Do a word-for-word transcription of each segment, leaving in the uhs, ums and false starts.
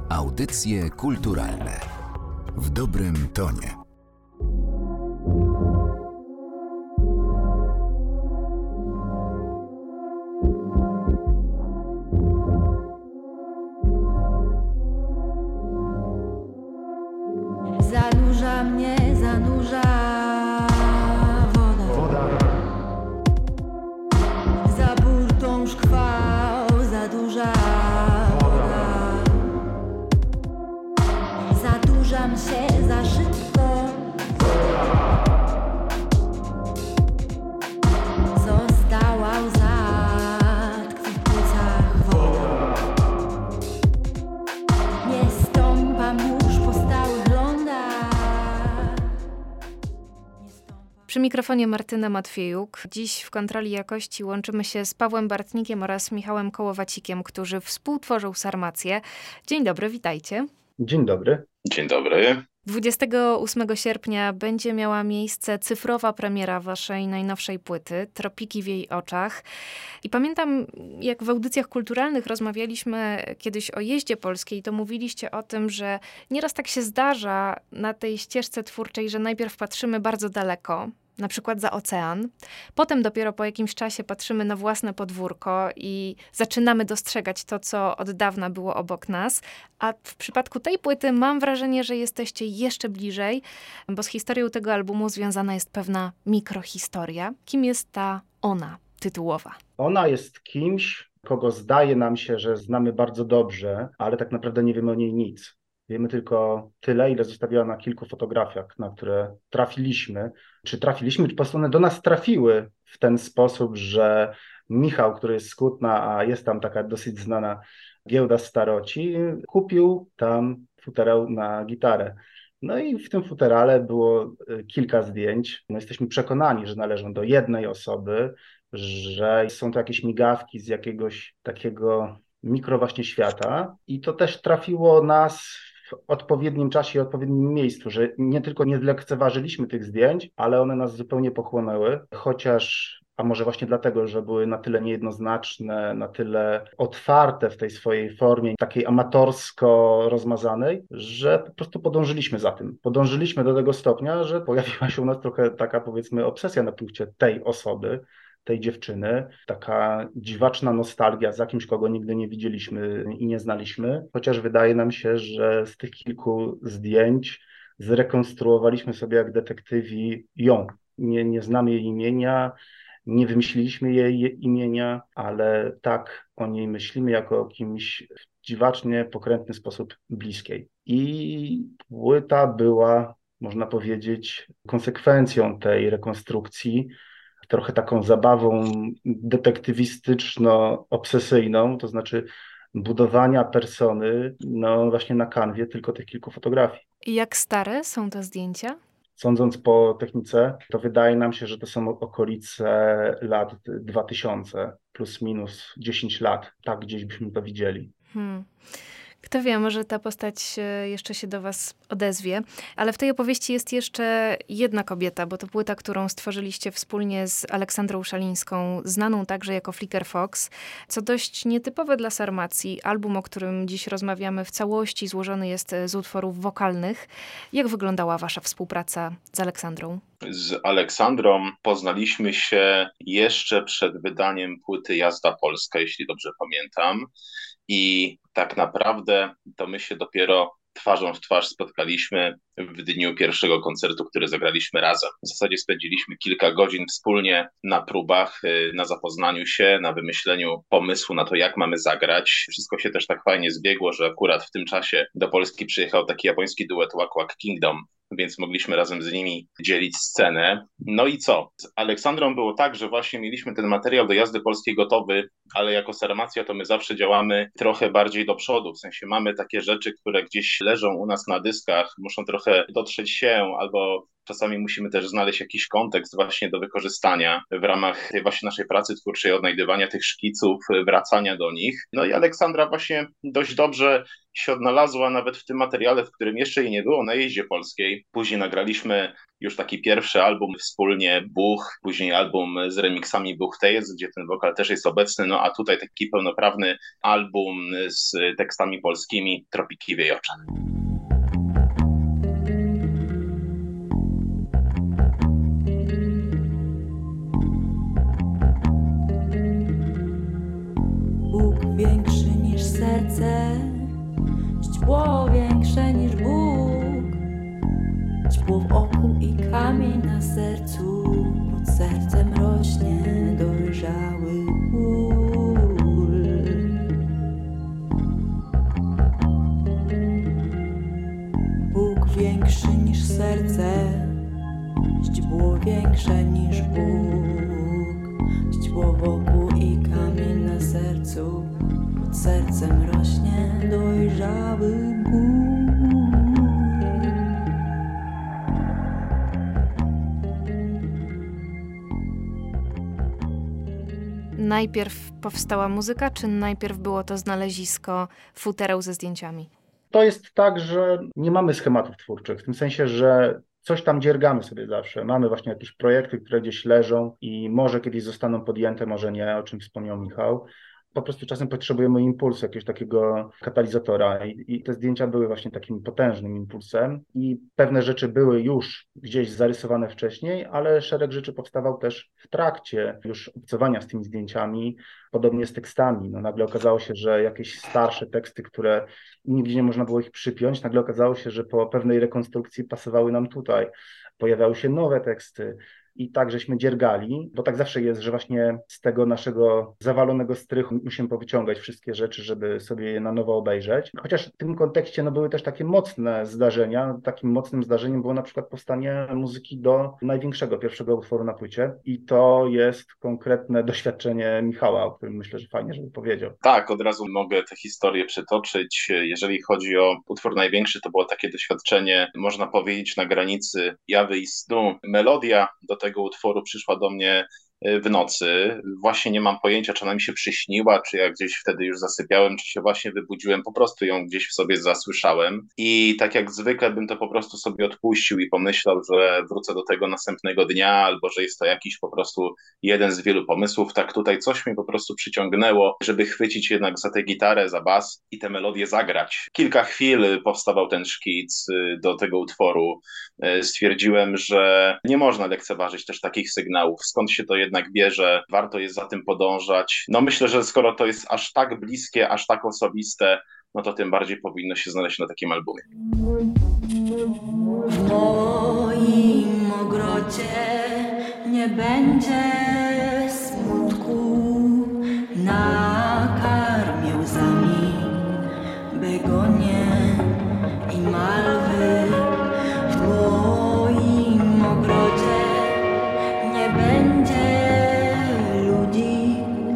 Audycje kulturalne w dobrym tonie. Zanurza mnie, zanurza woda. woda. Za burtą szkwał, za duża woda. Zadurzam się za szybko. Została łza, tkwi w płucach woda. Nie stąpam już po stałych lądach. Nie stąpam. Przy mikrofonie Martyna Matwiejuk. Dziś w kontroli jakości łączymy się z Pawłem Bartnikiem oraz Michałem Kołowacikiem, którzy współtworzą Sarmację. Dzień dobry, witajcie. Dzień dobry. Dzień dobry. dwudziestego ósmego sierpnia będzie miała miejsce cyfrowa premiera waszej najnowszej płyty, Tropiki w jej oczach. I pamiętam, jak w audycjach kulturalnych rozmawialiśmy kiedyś o jeździe polskiej, to mówiliście o tym, że nieraz tak się zdarza na tej ścieżce twórczej, że najpierw patrzymy bardzo daleko, na przykład za ocean. Potem dopiero po jakimś czasie patrzymy na własne podwórko i zaczynamy dostrzegać to, co od dawna było obok nas. A w przypadku tej płyty mam wrażenie, że jesteście jeszcze bliżej, bo z historią tego albumu związana jest pewna mikrohistoria. Kim jest ta ona tytułowa? Ona jest kimś, kogo zdaje nam się, że znamy bardzo dobrze, ale tak naprawdę nie wiemy o niej nic. Wiemy tylko tyle, ile zostawiła na kilku fotografiach, na które trafiliśmy. Czy trafiliśmy, czy po prostu one do nas trafiły w ten sposób, że Michał, który jest z Kutna, a jest tam taka dosyć znana giełda staroci, kupił tam futerał na gitarę. No i w tym futerale było kilka zdjęć. No jesteśmy przekonani, że należą do jednej osoby, że są to jakieś migawki z jakiegoś takiego mikro właśnie świata. I to też trafiło nas w odpowiednim czasie i odpowiednim miejscu, że nie tylko nie zlekceważyliśmy tych zdjęć, ale one nas zupełnie pochłonęły, chociaż, a może właśnie dlatego, że były na tyle niejednoznaczne, na tyle otwarte w tej swojej formie, takiej amatorsko rozmazanej, że po prostu podążyliśmy za tym. Podążyliśmy do tego stopnia, że pojawiła się u nas trochę taka, powiedzmy, obsesja na punkcie tej osoby, tej dziewczyny, taka dziwaczna nostalgia za kimś, kogo nigdy nie widzieliśmy i nie znaliśmy, chociaż wydaje nam się, że z tych kilku zdjęć zrekonstruowaliśmy sobie jak detektywi ją. Nie, nie znamy jej imienia, nie wymyśliliśmy jej imienia, ale tak o niej myślimy jako o kimś w dziwacznie pokrętny sposób bliskiej. I płyta była, można powiedzieć, konsekwencją tej rekonstrukcji, trochę taką zabawą detektywistyczno-obsesyjną, to znaczy budowania persony, no właśnie na kanwie tylko tych kilku fotografii. I jak stare są te zdjęcia? Sądząc po technice, to wydaje nam się, że to są okolice lat dwa tysiące, plus minus dziesięć lat. Tak gdzieś byśmy to widzieli. Hmm. Kto wie, może ta postać jeszcze się do was odezwie. Ale w tej opowieści jest jeszcze jedna kobieta, bo to płyta, którą stworzyliście wspólnie z Aleksandrą Szalińską, znaną także jako Flicker Fox. Co dość nietypowe dla Sarmacji. Album, o którym dziś rozmawiamy, w całości złożony jest z utworów wokalnych. Jak wyglądała wasza współpraca z Aleksandrą? Z Aleksandrą poznaliśmy się jeszcze przed wydaniem płyty Jazda Polska, jeśli dobrze pamiętam. I tak naprawdę to my się dopiero twarzą w twarz spotkaliśmy w dniu pierwszego koncertu, który zagraliśmy razem. W zasadzie spędziliśmy kilka godzin wspólnie na próbach, na zapoznaniu się, na wymyśleniu pomysłu na to, jak mamy zagrać. Wszystko się też tak fajnie zbiegło, że akurat w tym czasie do Polski przyjechał taki japoński duet Wack Wack Kingdom, więc mogliśmy razem z nimi dzielić scenę. No i co? Z Aleksandrą było tak, że właśnie mieliśmy ten materiał do Jazdy Polskiej gotowy, ale jako Sarmacja to my zawsze działamy trochę bardziej do przodu, w sensie mamy takie rzeczy, które gdzieś leżą u nas na dyskach, muszą trochę dotrzeć się, albo czasami musimy też znaleźć jakiś kontekst właśnie do wykorzystania w ramach tej właśnie naszej pracy twórczej, odnajdywania tych szkiców, wracania do nich. No i Aleksandra właśnie dość dobrze się odnalazła nawet w tym materiale, w którym jeszcze jej nie było, na Jeździe Polskiej. Później nagraliśmy już taki pierwszy album wspólnie, Buch, później album z remixami Buch Tales, gdzie ten wokal też jest obecny, no a tutaj taki pełnoprawny album z tekstami polskimi, Tropiki w jej oczach. Bóg większy niż serce, źdźbło większe niż Bóg, źdźbło w oku i kamień na sercu, pod sercem rośnie dojrzały ból. Bóg większy niż serce, źdźbło większe niż Bóg, źdźbło wokół i kamień na sercu, pod sercem rośnie dojrzały ból. Najpierw powstała muzyka, czy najpierw było to znalezisko futereł ze zdjęciami? To jest tak, że nie mamy schematów twórczych, w tym sensie, że coś tam dziergamy sobie zawsze. Mamy właśnie jakieś projekty, które gdzieś leżą i może kiedyś zostaną podjęte, może nie, o czym wspomniał Michał. Po prostu czasem potrzebujemy impulsu, jakiegoś takiego katalizatora i, i te zdjęcia były właśnie takim potężnym impulsem i pewne rzeczy były już gdzieś zarysowane wcześniej, ale szereg rzeczy powstawał też w trakcie już obcowania z tymi zdjęciami, podobnie z tekstami. No, nagle okazało się, że jakieś starsze teksty, które nigdzie nie można było ich przypiąć, nagle okazało się, że po pewnej rekonstrukcji pasowały nam tutaj. Pojawiały się nowe teksty. I tak żeśmy dziergali, bo tak zawsze jest, że właśnie z tego naszego zawalonego strychu musimy powyciągać wszystkie rzeczy, żeby sobie je na nowo obejrzeć. Chociaż w tym kontekście no, były też takie mocne zdarzenia. Takim mocnym zdarzeniem było na przykład powstanie muzyki do największego, pierwszego utworu na płycie. I to jest konkretne doświadczenie Michała, o którym myślę, że fajnie, żeby powiedział. Tak, od razu mogę tę historię przytoczyć. Jeżeli chodzi o utwór największy, to było takie doświadczenie, można powiedzieć, na granicy jawy i snu. Melodia do tego tego utworu przyszła do mnie w nocy. Właśnie nie mam pojęcia, czy ona mi się przyśniła, czy ja gdzieś wtedy już zasypiałem, czy się właśnie wybudziłem, po prostu ją gdzieś w sobie zasłyszałem i tak jak zwykle bym to po prostu sobie odpuścił i pomyślał, że wrócę do tego następnego dnia, albo że jest to jakiś po prostu jeden z wielu pomysłów. Tak tutaj coś mnie po prostu przyciągnęło, żeby chwycić jednak za tę gitarę, za bas i tę melodię zagrać. Kilka chwil powstawał ten szkic do tego utworu. Stwierdziłem, że nie można lekceważyć też takich sygnałów, skąd się to jednak bierze, warto jest za tym podążać. No myślę, że skoro to jest aż tak bliskie, aż tak osobiste, no to tym bardziej powinno się znaleźć na takim albumie. W moim ogrodzie nie będzie smutku, nakarmię łzami begonie i malwy. W moim ogrodzie nie będzie ludzi,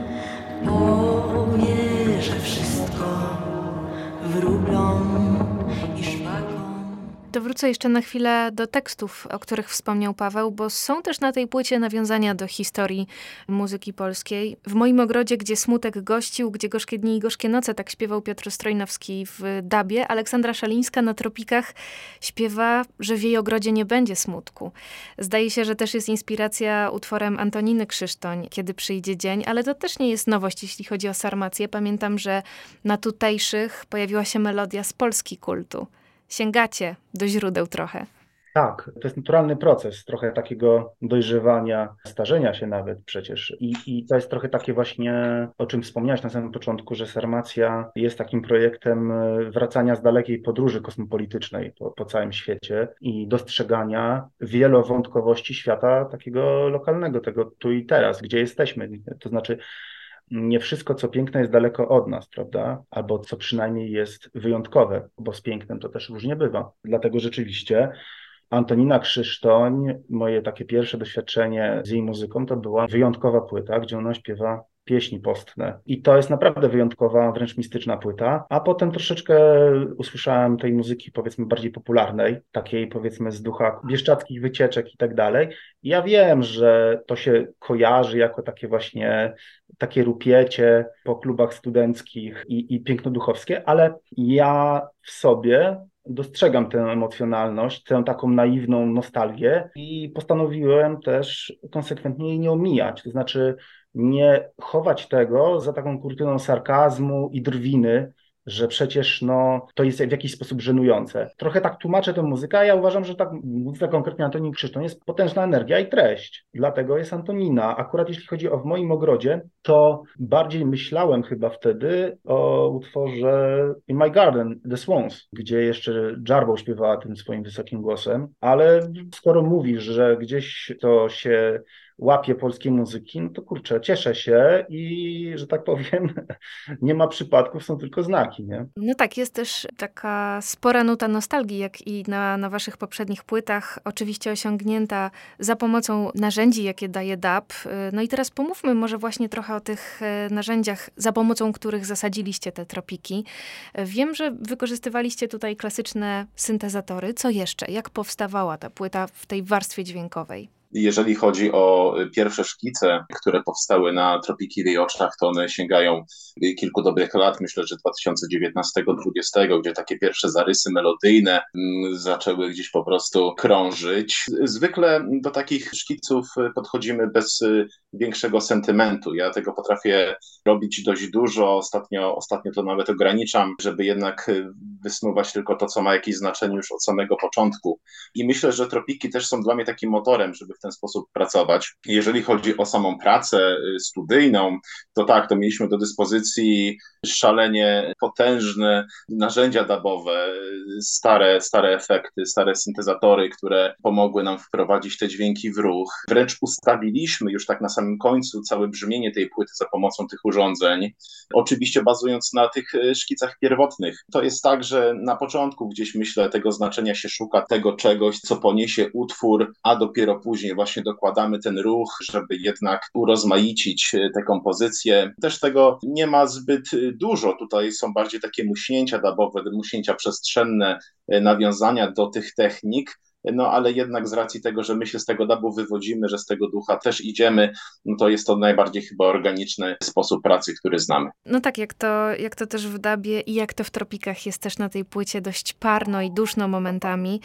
powierzę wszystko wróblom i szpakom. To wrócę jeszcze na chwilę do tekstów, o których wspomniał Paweł, bo są też na tej płycie nawiązania do historii muzyki polskiej. W moim ogrodzie, gdzie smutek gościł, gdzie gorzkie dni i gorzkie noce, tak śpiewał Piotr Strojnowski w dabie. Aleksandra Szalińska na Tropikach śpiewa, że w jej ogrodzie nie będzie smutku. Zdaje się, że też jest inspiracja utworem Antoniny Krzysztoń, Kiedy przyjdzie dzień, ale to też nie jest nowość, jeśli chodzi o Sarmację. Pamiętam, że na tutejszych pojawiła się melodia z Polski kultu. Sięgacie do źródeł trochę. Tak, to jest naturalny proces, trochę takiego dojrzewania, starzenia się nawet przecież. I, i to jest trochę takie właśnie, o czym wspomniałeś na samym początku, że Sarmacja jest takim projektem wracania z dalekiej podróży kosmopolitycznej po, po całym świecie i dostrzegania wielowątkowości świata takiego lokalnego, tego tu i teraz, gdzie jesteśmy. To znaczy nie wszystko, co piękne, jest daleko od nas, prawda? Albo co przynajmniej jest wyjątkowe, bo z pięknem to też różnie bywa. Dlatego rzeczywiście Antonina Krzysztoń, moje takie pierwsze doświadczenie z jej muzyką, to była wyjątkowa płyta, gdzie ona śpiewa pieśni postne. I to jest naprawdę wyjątkowa, wręcz mistyczna płyta. A potem troszeczkę usłyszałem tej muzyki, powiedzmy, bardziej popularnej, takiej, powiedzmy, z ducha bieszczadzkich wycieczek i tak dalej. I ja wiem, że to się kojarzy jako takie właśnie takie rupiecie po klubach studenckich i, i pięknoduchowskie, ale ja w sobie dostrzegam tę emocjonalność, tę taką naiwną nostalgię i postanowiłem też konsekwentnie jej nie omijać, to znaczy nie chować tego za taką kurtyną sarkazmu i drwiny, że przecież no, to jest w jakiś sposób żenujące. Trochę tak tłumaczę tę muzykę, a ja uważam, że tak muzyka, konkretnie Antoni Krzyczon, jest potężna energia i treść. Dlatego jest Antonina. Akurat jeśli chodzi o W moim ogrodzie, to bardziej myślałem chyba wtedy o utworze In My Garden, The Swans, gdzie jeszcze Jarboe śpiewała tym swoim wysokim głosem, ale skoro mówisz, że gdzieś to się łapie polskiej muzyki, no to kurczę, cieszę się i, że tak powiem, nie ma przypadków, są tylko znaki, nie? No tak, jest też taka spora nuta nostalgii, jak i na, na waszych poprzednich płytach, oczywiście osiągnięta za pomocą narzędzi, jakie daje dub. No i teraz pomówmy może właśnie trochę o tych narzędziach, za pomocą których zasadziliście te tropiki. Wiem, że wykorzystywaliście tutaj klasyczne syntezatory. Co jeszcze? Jak powstawała ta płyta w tej warstwie dźwiękowej? Jeżeli chodzi o pierwsze szkice, które powstały na Tropiki w jej oczach, to one sięgają kilku dobrych lat, myślę, że dwa tysiące dziewiętnastego dwudziestego, gdzie takie pierwsze zarysy melodyjne zaczęły gdzieś po prostu krążyć. Zwykle do takich szkiców podchodzimy bez większego sentymentu. Ja tego potrafię robić dość dużo. Ostatnio, ostatnio to nawet ograniczam, żeby jednak wysnuwać tylko to, co ma jakieś znaczenie już od samego początku. I myślę, że Tropiki też są dla mnie takim motorem, żeby w ten sposób pracować. Jeżeli chodzi o samą pracę studyjną, to tak, to mieliśmy do dyspozycji szalenie potężne narzędzia dubowe, stare, stare efekty, stare syntezatory, które pomogły nam wprowadzić te dźwięki w ruch. Wręcz ustawiliśmy już tak na samym końcu całe brzmienie tej płyty za pomocą tych urządzeń, oczywiście bazując na tych szkicach pierwotnych. To jest tak, że na początku gdzieś, myślę, tego znaczenia się szuka, tego czegoś, co poniesie utwór, a dopiero później właśnie dokładamy ten ruch, żeby jednak urozmaicić tę kompozycję. Też tego nie ma zbyt dużo. Tutaj są bardziej takie muśnięcia dubowe, muśnięcia przestrzenne, nawiązania do tych technik. No ale jednak z racji tego, że my się z tego dubu wywodzimy, że z tego ducha też idziemy, no to jest to najbardziej chyba organiczny sposób pracy, który znamy. No tak, jak to, jak to też w dubie i jak to w Tropikach jest też na tej płycie dość parno i duszno momentami.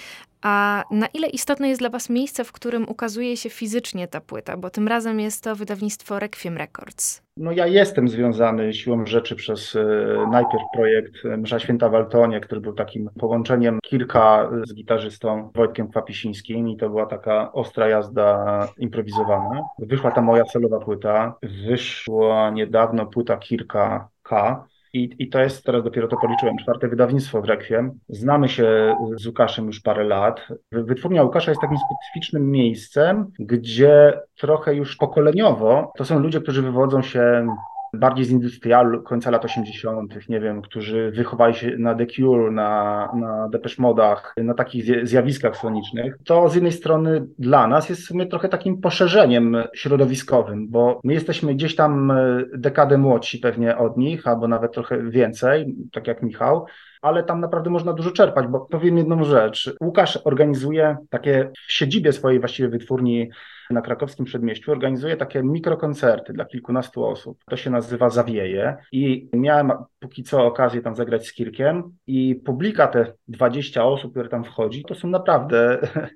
A na ile istotne jest dla was miejsce, w którym ukazuje się fizycznie ta płyta? Bo tym razem jest to wydawnictwo Requiem Records. No ja jestem związany siłą rzeczy przez e, najpierw projekt Msza Święta w Altonie, który był takim połączeniem Kirka z gitarzystą Wojtkiem Kwapisińskim i to była taka ostra jazda improwizowana. Wyszła ta moja solowa płyta, wyszła niedawno płyta Kirka K. I, I to jest, teraz dopiero to policzyłem, czwarte wydawnictwo w Requiem. Znamy się z Łukaszem już parę lat. Wytwórnia Łukasza jest takim specyficznym miejscem, gdzie trochę już pokoleniowo to są ludzie, którzy wywodzą się bardziej z industrialu końca lat osiemdziesiątych, nie wiem, którzy wychowali się na The Cure, na, na Depeche Modach, na takich zjawiskach sonicznych. To z jednej strony dla nas jest w sumie trochę takim poszerzeniem środowiskowym, bo my jesteśmy gdzieś tam dekadę młodsi pewnie od nich, albo nawet trochę więcej, tak jak Michał, ale tam naprawdę można dużo czerpać, bo powiem jedną rzecz. Łukasz organizuje takie w siedzibie swojej właściwie wytwórni na krakowskim przedmieściu, organizuje takie mikrokoncerty dla kilkunastu osób. To się nazywa Zawieje i miałem póki co okazję tam zagrać z Kirkiem i publika, te dwadzieścia osób, które tam wchodzi, to są naprawdę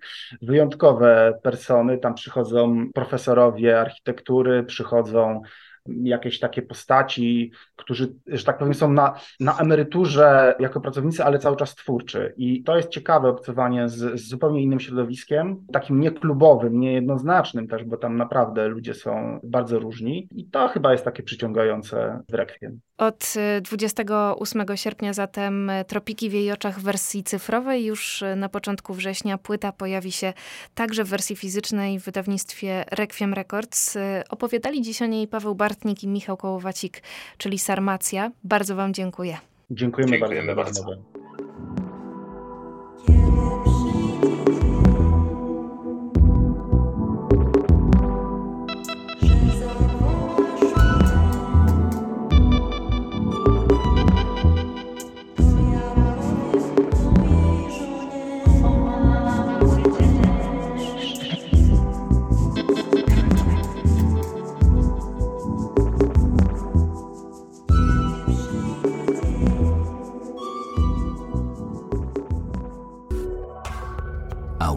wyjątkowe persony. Tam przychodzą profesorowie architektury, przychodzą jakieś takie postaci, którzy, że tak powiem, są na, na emeryturze jako pracownicy, ale cały czas twórczy. I to jest ciekawe obcowanie z, z zupełnie innym środowiskiem, takim nieklubowym, niejednoznacznym też, bo tam naprawdę ludzie są bardzo różni. I to chyba jest takie przyciągające w Requiem. Od dwudziestego ósmego sierpnia zatem Tropiki w jej oczach w wersji cyfrowej. Już na początku września płyta pojawi się także w wersji fizycznej w wydawnictwie Requiem Records. Opowiadali dziś o niej Paweł Bartnik i Michał Kołowacik, czyli Sarmacja. Bardzo wam dziękuję. Dziękujemy, Dziękujemy bardzo. bardzo. Że zawołasz mnie.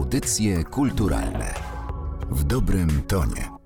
Audycje kulturalne w dobrym tonie.